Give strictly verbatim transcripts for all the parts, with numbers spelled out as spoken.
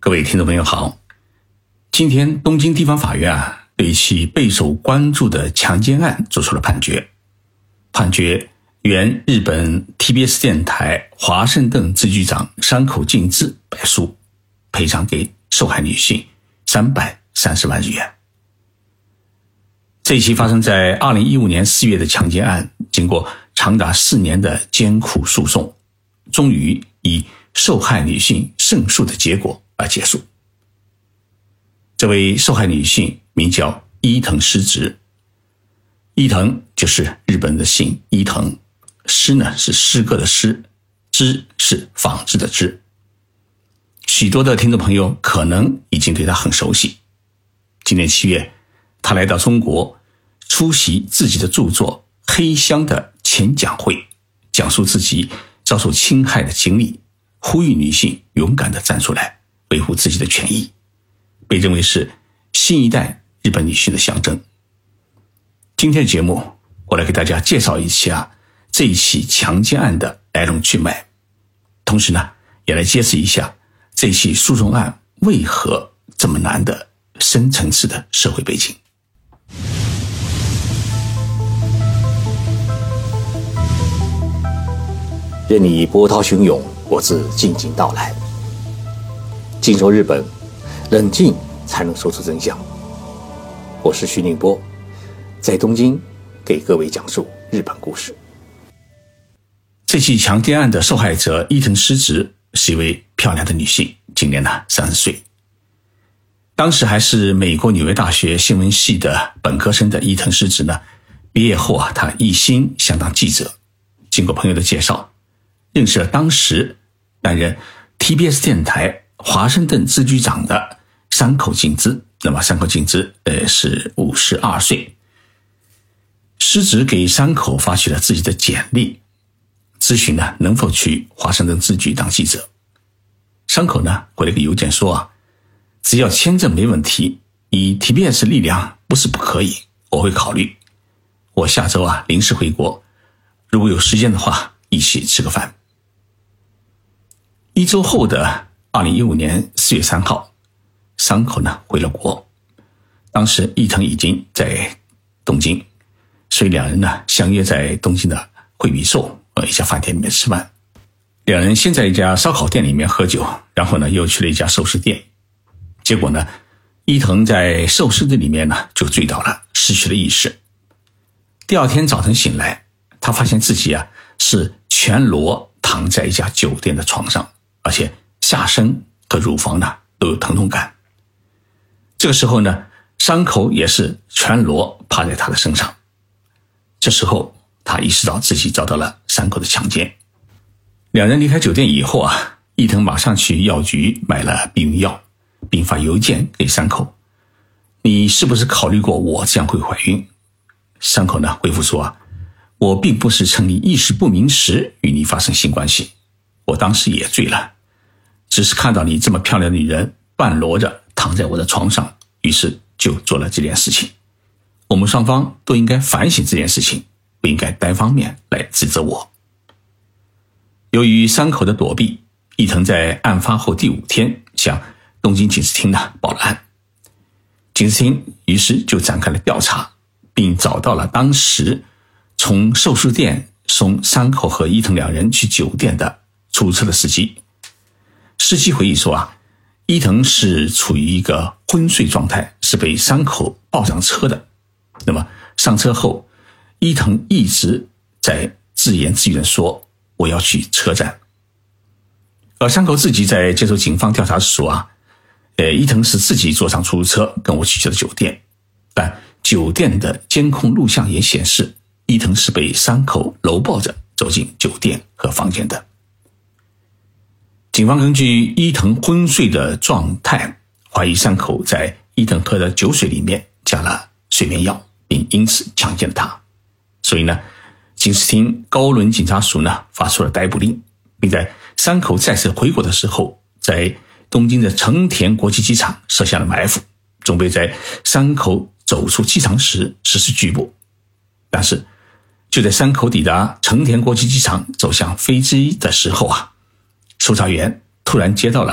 各位听众朋友好，今天东京地方法院啊，对一起备受关注的强奸案作出了判决。判决原日本 T B S 电台华盛顿支局长山口敬之败诉，赔偿给受害女性三百三十万日元。这一起发生在二零一五年四月的强奸案，经过长达四年的艰苦诉讼，终于以受害女性胜诉的结果而结束。这位受害女性名叫伊藤诗织，伊藤就是日本的姓伊藤，诗呢是诗歌的诗，织是纺织的织。许多的听众朋友可能已经对她很熟悉。今年七月，她来到中国，出席自己的著作《黑箱》的前讲会，讲述自己遭受侵害的经历，呼吁女性勇敢地站出来维护自己的权益，被认为是新一代日本女性的象征。今天的节目，我来给大家介绍一下这一起强奸案的来龙去脉，同时呢，也来揭示一下这起诉讼案为何这么难的深层次的社会背景。 任你波涛汹涌，我自静静到来。静说日本，冷静才能说出真相。我是徐宁波，在东京给各位讲述日本故事。 这起强奸案的受害者伊藤诗织是一位漂亮的女性，今年呢三十岁。当时还是美国纽约大学新闻系的本科生的伊藤诗织呢，毕业后啊，她一心想当记者。经过朋友的介绍，认识了当时担任 T B S 电台华盛顿支局长的山口敬之。那么山口敬之呃是五十二岁。诗织给山口发去了自己的简历，咨询呢能否去华盛顿支局当记者。山口呢回了个邮件说啊，只要签证没问题，以 T B S 力量不是不可以，我会考虑。我下周啊临时回国，如果有时间的话，一起吃个饭。一周后的二零一五年四月三号，山口呢回了国。当时伊藤已经在东京，所以两人呢相约在东京的惠比寿呃一家饭店里面吃饭。两人先在一家烧烤店里面喝酒，然后呢又去了一家寿司店。结果呢，伊藤在寿司店里面呢就醉倒了，失去了意识。第二天早晨醒来，他发现自己啊是全裸躺在一家酒店的床上，而且下身和乳房呢都有疼痛感。这个时候呢，伤口也是全裸趴在他的身上。这时候他意识到自己遭到了山口的强奸。两人离开酒店以后啊，伊藤马上去药局买了避孕药，并发邮件给山口，你是不是考虑过我这样会怀孕？山口呢回复说啊，我并不是趁你意识不明时与你发生性关系，我当时也醉了，只是看到你这么漂亮的女人半裸着躺在我的床上，于是就做了这件事情。我们双方都应该反省这件事情，不应该单方面来指责我。由于山口的躲避，伊藤在案发后第五天向东京警视厅呢报了案。警视厅于是就展开了调查，并找到了当时从寿司店送山口和伊藤两人去酒店的出租车的司机。司机回忆说啊，伊藤是处于一个昏睡状态，是被山口抱上车的。那么上车后，伊藤一直在自言自语地说，我要去车站。而山口自己在接受警方调查时说啊，呃，伊藤是自己坐上出租车跟我去了酒店，但酒店的监控录像也显示，伊藤是被山口搂抱着走进酒店和房间的。警方根据伊藤昏睡的状态，怀疑山口在伊藤喝的酒水里面加了睡眠药，并因此强奸了他。所以呢，警视厅高轮警察署呢发出了逮捕令，并在山口再次回国的时候，在东京的成田国际机场设下了埋伏，准备在山口走出机场时实施拘捕。但是就在山口抵达成田国际机场走向飞机的时候啊，搜查员突然接到了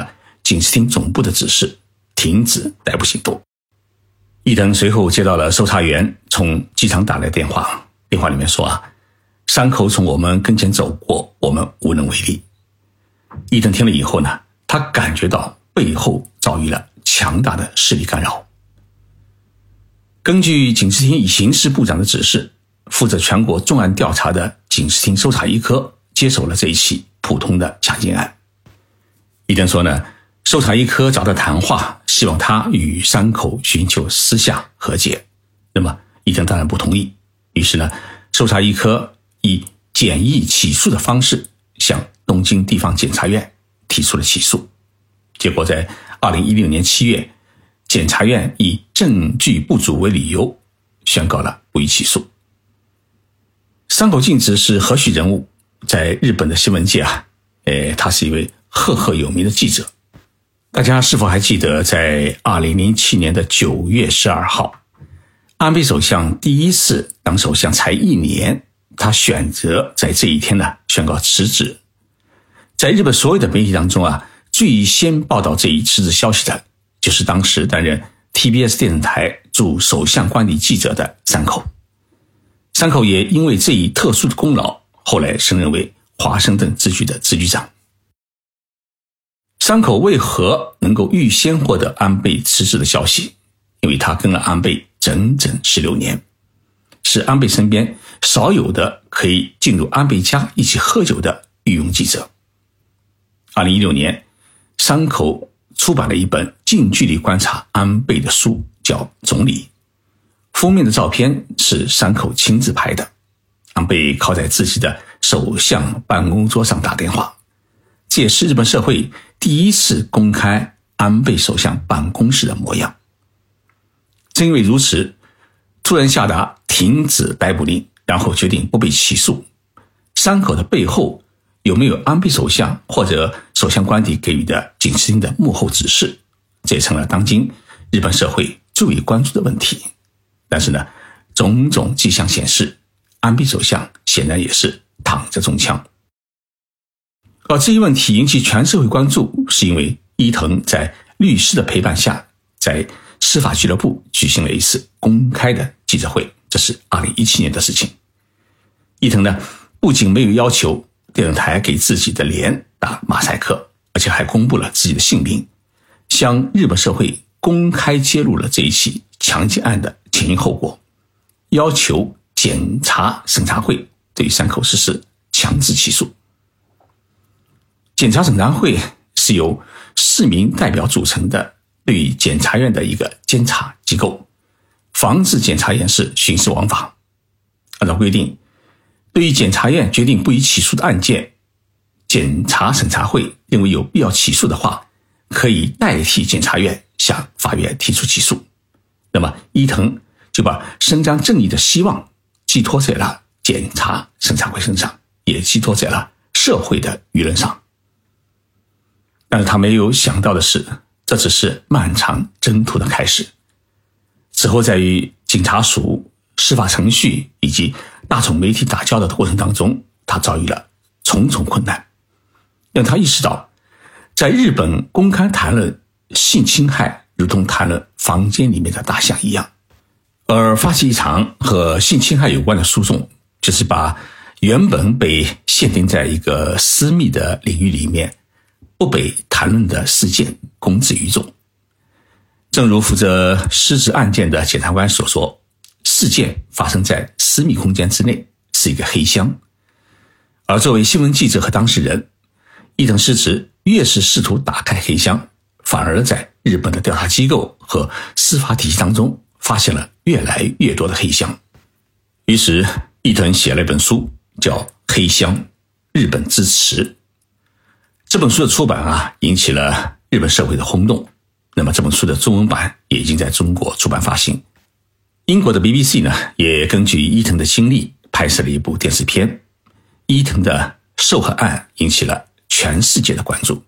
警视厅总部的指示，停止逮捕行动。伊藤随后接到了搜查员从机场打来电话，电话里面说啊，山口从我们跟前走过，我们无能为力。伊藤听了以后呢，他感觉到背后遭遇了强大的势力干扰。根据警视厅刑事部长的指示，负责全国重案调查的警视厅搜查一科接手了这一起普通的抢劫案。伊藤说呢，搜查一科找他谈话，希望他与山口寻求私下和解。那么伊藤当然不同意，于是呢，搜查一科以简易起诉的方式向东京地方检察院提出了起诉。结果在二零一六年七月，检察院以证据不足为理由宣告了不予起诉。山口敬之是何许人物？在日本的新闻界啊，呃，他是一位赫赫有名的记者。大家是否还记得在二零零七年的九月十二号，安倍首相第一次当首相才一年，他选择在这一天呢宣告辞职。在日本所有的媒体当中啊，最先报道这一辞职消息的就是当时担任 T B S 电视台驻首相官邸记者的山口。山口也因为这一特殊的功劳，后来升任为华盛顿支局的支局长。山口为何能够预先获得安倍辞职的消息？因为他跟了安倍整整十六年，是安倍身边少有的可以进入安倍家一起喝酒的御用记者。二零一六年，山口出版了一本近距离观察安倍的书，叫《总理》。封面的照片是山口亲自拍的，安倍靠在自己的首相办公桌上打电话，这也是日本社会第一次公开安倍首相办公室的模样。正因为如此，突然下达停止逮捕令，然后决定不被起诉，山口的背后有没有安倍首相或者首相官邸给予的警视厅的幕后指示，这也成了当今日本社会最为关注的问题。但是呢，种种迹象显示，安倍首相显然也是躺着中枪。而这一问题引起全社会关注，是因为伊藤在律师的陪伴下，在司法俱乐部举行了一次公开的记者会，这是二零一七年的事情。伊藤呢，不仅没有要求电视台给自己的脸打马赛克，而且还公布了自己的姓名，向日本社会公开揭露了这一起强奸案的前因后果，要求检察审查会对山口实施强制起诉。检察审查会是由四名代表组成的对检察院的一个监察机构，防止检察院是徇私枉法。按照规定，对于检察院决定不予起诉的案件，检察审查会认为有必要起诉的话，可以代替检察院向法院提出起诉。那么伊藤就把伸张正义的希望寄托在了检察审查会身上，也寄托在了社会的舆论上。但是他没有想到的是，这只是漫长征途的开始。此后在与警察署、司法程序以及大众媒体打交道的过程当中，他遭遇了重重困难，让他意识到在日本公开谈论性侵害如同谈论房间里面的大象一样，而发起一场和性侵害有关的诉讼，就是把原本被限定在一个私密的领域里面不被谈论的事件公之于众。正如负责失职案件的检察官所说，事件发生在私密空间之内，是一个黑箱。而作为新闻记者和当事人，伊藤失职越是试图打开黑箱，反而在日本的调查机构和司法体系当中发现了越来越多的黑箱。于是伊藤写了一本书，叫《黑箱：日本之耻》。这本书的出版啊，引起了日本社会的轰动。那么这本书的中文版也已经在中国出版发行。英国的 B B C 呢，也根据伊藤的经历拍摄了一部电视片。伊藤的受害案引起了全世界的关注。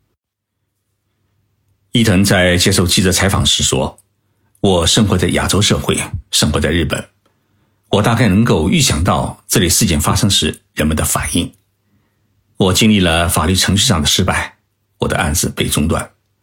伊藤在接受记者采访时说，我生活在亚洲社会，生活在日本，我大概能够预想到这类事件发生时人们的反应。我经历了法律程序上的失败，我的案子被中断，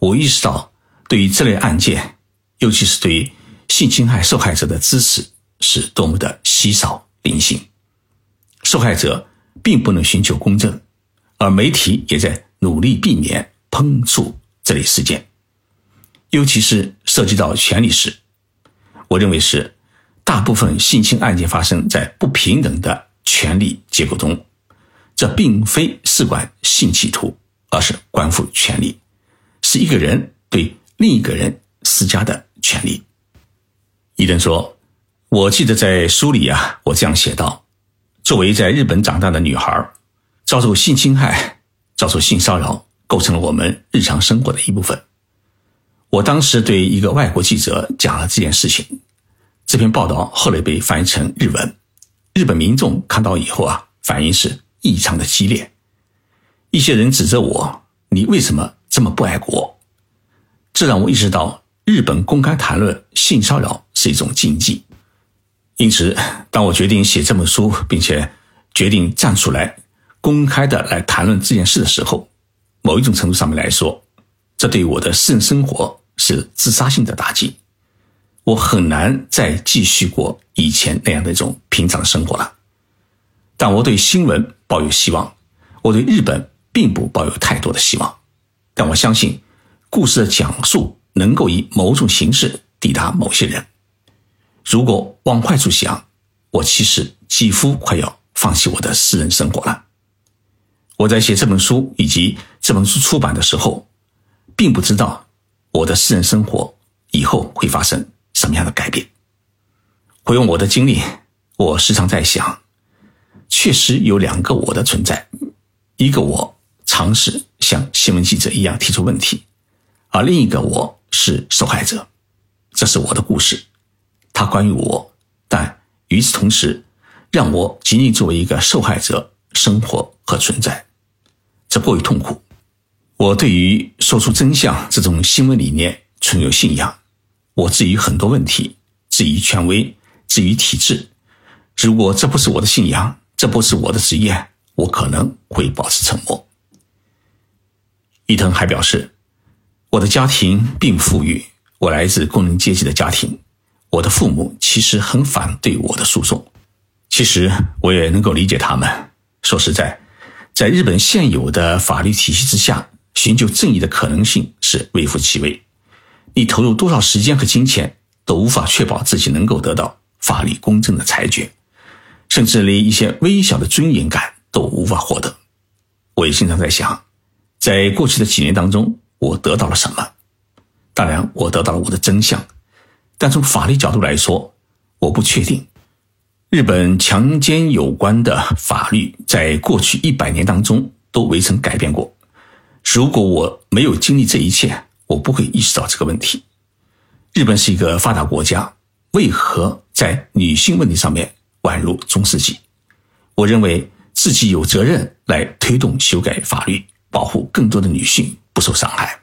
我意识到对于这类案件，尤其是对于性侵害受害者的支持是多么的稀少零星。受害者并不能寻求公正，而媒体也在努力避免碰触这类事件，尤其是涉及到权力时，我认为是大部分性侵案件发生在不平等的权力结构中，这并非事关性企图，而是关乎权力，是一个人对另一个人施加的权利。伊登说，我记得在书里啊，我这样写道，作为在日本长大的女孩，遭受性侵害、遭受性骚扰，构成了我们日常生活的一部分。我当时对一个外国记者讲了这件事情，这篇报道后来被翻译成日文，日本民众看到以后啊，反应是异常的激烈。一些人指责我，你为什么这么不爱国？这让我意识到，日本公开谈论性骚扰是一种禁忌。因此，当我决定写这本书，并且决定站出来公开的来谈论这件事的时候，某一种程度上面来说，这对我的私人生活是自杀性的打击。我很难再继续过以前那样的一种平常的生活了。但我对新闻抱有希望，我对日本并不抱有太多的希望，但我相信故事的讲述能够以某种形式抵达某些人。如果往坏处想，我其实几乎快要放弃我的私人生活了。我在写这本书以及这本书出版的时候，并不知道我的私人生活以后会发生什么样的改变。回用我的经历，我时常在想，确实有两个我的存在，一个我尝试像新闻记者一样提出问题，而另一个我是受害者。这是我的故事，它关于我，但与此同时让我仅仅作为一个受害者生活和存在，这过于痛苦。我对于说出真相这种新闻理念存有信仰，我质疑很多问题，质疑权威，质疑体制。如果这不是我的信仰，这不是我的职业，我可能会保持沉默。伊藤还表示，我的家庭并不富裕，我来自工人阶级的家庭，我的父母其实很反对我的诉讼。其实我也能够理解他们，说实在，在日本现有的法律体系之下，寻求正义的可能性是微乎其微。你投入多少时间和金钱，都无法确保自己能够得到法律公正的裁决，甚至连一些微小的尊严感都无法获得。我也经常在想，在过去的几年当中，我得到了什么？当然，我得到了我的真相，但从法律角度来说，我不确定。日本强奸有关的法律在过去一百年当中都未曾改变过。如果我没有经历这一切，我不会意识到这个问题。日本是一个发达国家，为何在女性问题上面宛如中世纪？我认为自己有责任来推动修改法律，保护更多的女性不受伤害。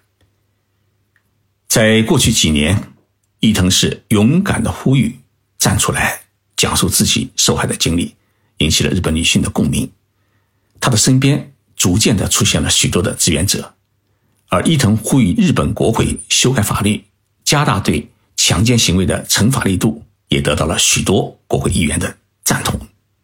在过去几年，伊藤是勇敢的呼吁，站出来讲述自己受害的经历，引起了日本女性的共鸣。他的身边逐渐的出现了许多的志愿者，而伊藤呼吁日本国会修改法律，加大对强奸行为的惩罚力度，也得到了许多国会议员的赞同。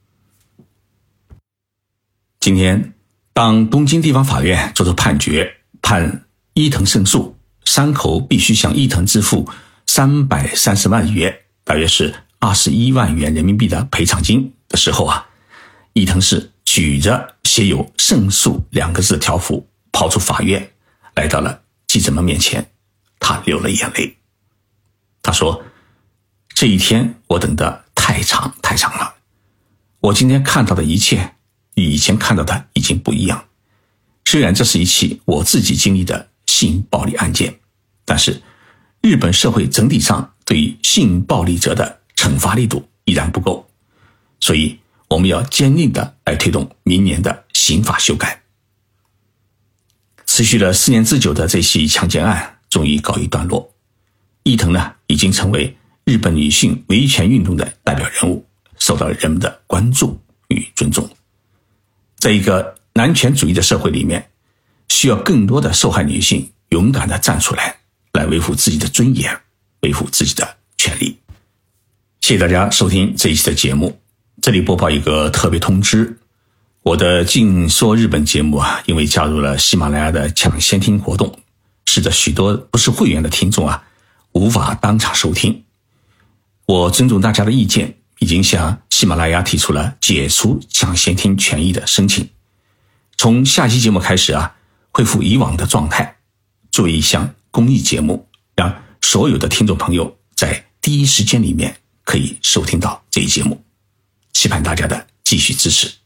今天，当东京地方法院作出判决，判伊藤胜诉，山口必须向伊藤支付三百三十万日元，大约是二十一万元人民币的赔偿金的时候啊，伊藤是举着写有胜诉两个字的条幅跑出法院，来到了记者们面前，他流了眼泪。他说，这一天我等得太长太长了，我今天看到的一切与以前看到的已经不一样。虽然这是一起我自己经历的性暴力案件，但是日本社会整体上对于性暴力者的惩罚力度依然不够，所以我们要坚定地来推动明年的刑法修改。持续了四年之久的这起强奸案终于告一段落，伊藤呢已经成为日本女性维权运动的代表人物，受到了人们的关注与尊重。在一个男权主义的社会里面，需要更多的受害女性勇敢地站出来，来维护自己的尊严，维护自己的权利。谢谢大家收听这一期的节目。这里播报一个特别通知，我的静说日本节目啊，因为加入了喜马拉雅的抢先听活动，使得许多不是会员的听众啊无法当场收听。我尊重大家的意见，已经向喜马拉雅提出了解除抢先听权益的申请。从下期节目开始啊，恢复以往的状态，做一项公益节目，让所有的听众朋友在第一时间里面可以收听到这一节目。期盼大家的继续支持。